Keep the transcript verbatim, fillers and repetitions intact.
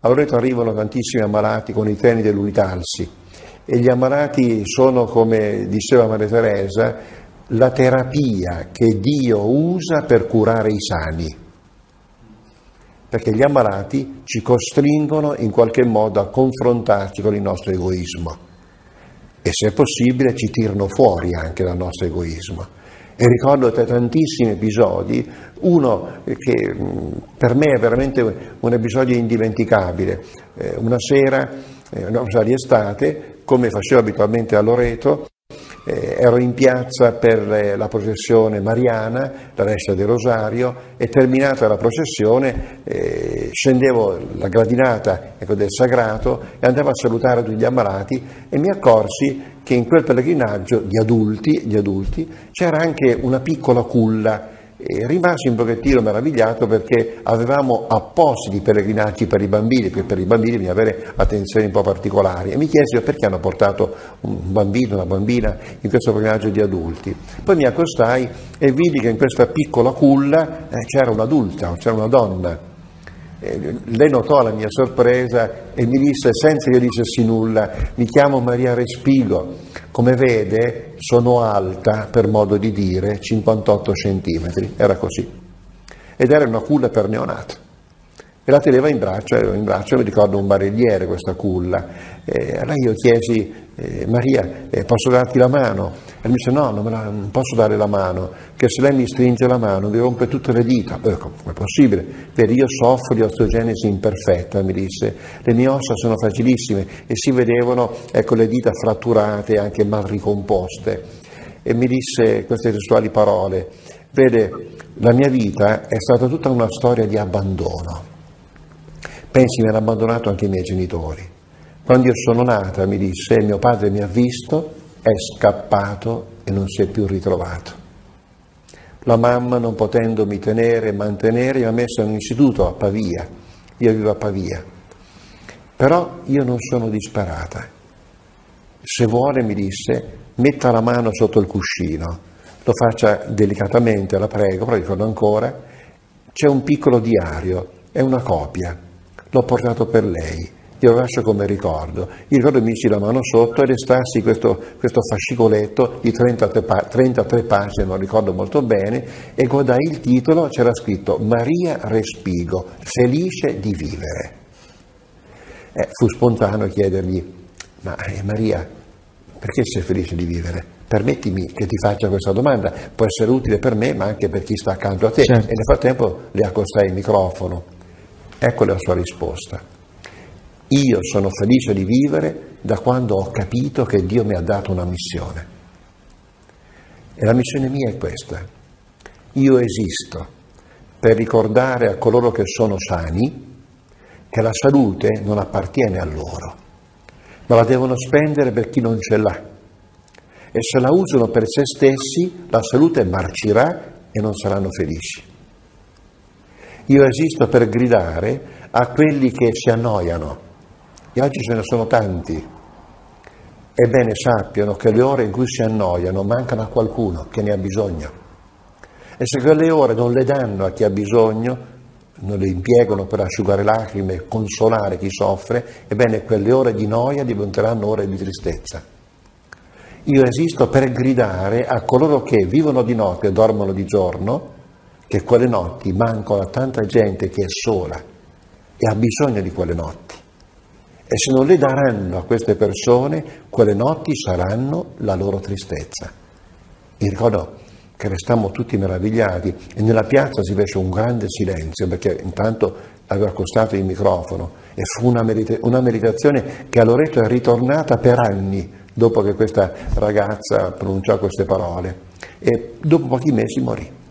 A Loreto arrivano tantissimi ammalati con i treni dell'Unitalsi e gli ammalati sono, come diceva Maria Teresa, la terapia che Dio usa per curare i sani, perché gli ammalati ci costringono in qualche modo a confrontarci con il nostro egoismo e, se è possibile, ci tirano fuori anche dal nostro egoismo. E ricordo tra tantissimi episodi, uno che per me è veramente un episodio indimenticabile. Una sera, una sera di estate, come facevo abitualmente a Loreto, Eh, ero in piazza per eh, la processione mariana, la Resta del Rosario, e terminata la processione eh, scendevo la gradinata ecco, del Sagrato e andavo a salutare tutti gli ammalati e mi accorsi che in quel pellegrinaggio di adulti, di adulti c'era anche una piccola culla. E rimasi un pochettino meravigliato perché avevamo appositi pellegrinaggi per i bambini, perché per i bambini bisogna avere attenzioni un po' particolari, e mi chiesi perché hanno portato un bambino, una bambina in questo pellegrinaggio di adulti. Poi mi accostai e vidi che in questa piccola culla eh, c'era un'adulta, c'era una donna. Eh, lei notò la mia sorpresa e mi disse, senza che io dicessi nulla: mi chiamo Maria Respigo, come vede sono alta, per modo di dire, cinquantotto centimetri, era così, ed era una culla per neonato, e la teneva in braccio, avevo in braccio, mi ricordo, un barelliere questa culla. E allora io chiesi, eh, Maria, eh, posso darti la mano? E mi disse, no, non, me la, non posso dare la mano, che se lei mi stringe la mano mi rompe tutte le dita. Eh, come è possibile? Vedi, io soffro di osteogenesi imperfetta, mi disse, le mie ossa sono fragilissime e si vedevano, ecco, le dita fratturate, anche mal ricomposte. E mi disse queste testuali parole: vede, la mia vita è stata tutta una storia di abbandono. Pensi, mi hanno abbandonato anche i miei genitori. Quando io sono nata, mi disse, mio padre mi ha visto, è scappato e non si è più ritrovato. La mamma, non potendomi tenere e mantenere, mi ha messo in un istituto a Pavia. Io vivo a Pavia. Però io non sono disperata. Se vuole, mi disse, metta la mano sotto il cuscino, lo faccia delicatamente, la prego, però ricordo ancora, c'è un piccolo diario, è una copia, l'ho portato per lei. Io lo lascio come ricordo. Io ricordo mi misi la mano sotto e restassi questo, questo fascicoletto di trentatré, trentatré pagine, non ricordo molto bene, e guardai il titolo, c'era scritto Maria Respigo, felice di vivere. Eh, fu spontaneo chiedergli, ma eh, Maria, perché sei felice di vivere? Permettimi che ti faccia questa domanda, può essere utile per me ma anche per chi sta accanto a te. Certo. E nel frattempo le accostai il microfono. Ecco la sua risposta. Io sono felice di vivere da quando ho capito che Dio mi ha dato una missione. E la missione mia è questa. Io esisto per ricordare a coloro che sono sani che la salute non appartiene a loro, ma la devono spendere per chi non ce l'ha. E se la usano per se stessi, la salute marcirà e non saranno felici. Io esisto per gridare a quelli che si annoiano. E oggi ce ne sono tanti. Ebbene sappiano che le ore in cui si annoiano mancano a qualcuno che ne ha bisogno. E se quelle ore non le danno a chi ha bisogno, non le impiegano per asciugare lacrime e consolare chi soffre, ebbene quelle ore di noia diventeranno ore di tristezza. Io esisto per gridare a coloro che vivono di notte e dormono di giorno, che quelle notti mancano a tanta gente che è sola e ha bisogno di quelle notti. E se non le daranno a queste persone, quelle notti saranno la loro tristezza. Mi ricordo che restammo tutti meravigliati e nella piazza si fece un grande silenzio perché intanto aveva accostato il microfono e fu una, medita- una meditazione che a Loreto è ritornata per anni dopo che questa ragazza pronunciò queste parole, e dopo pochi mesi morì.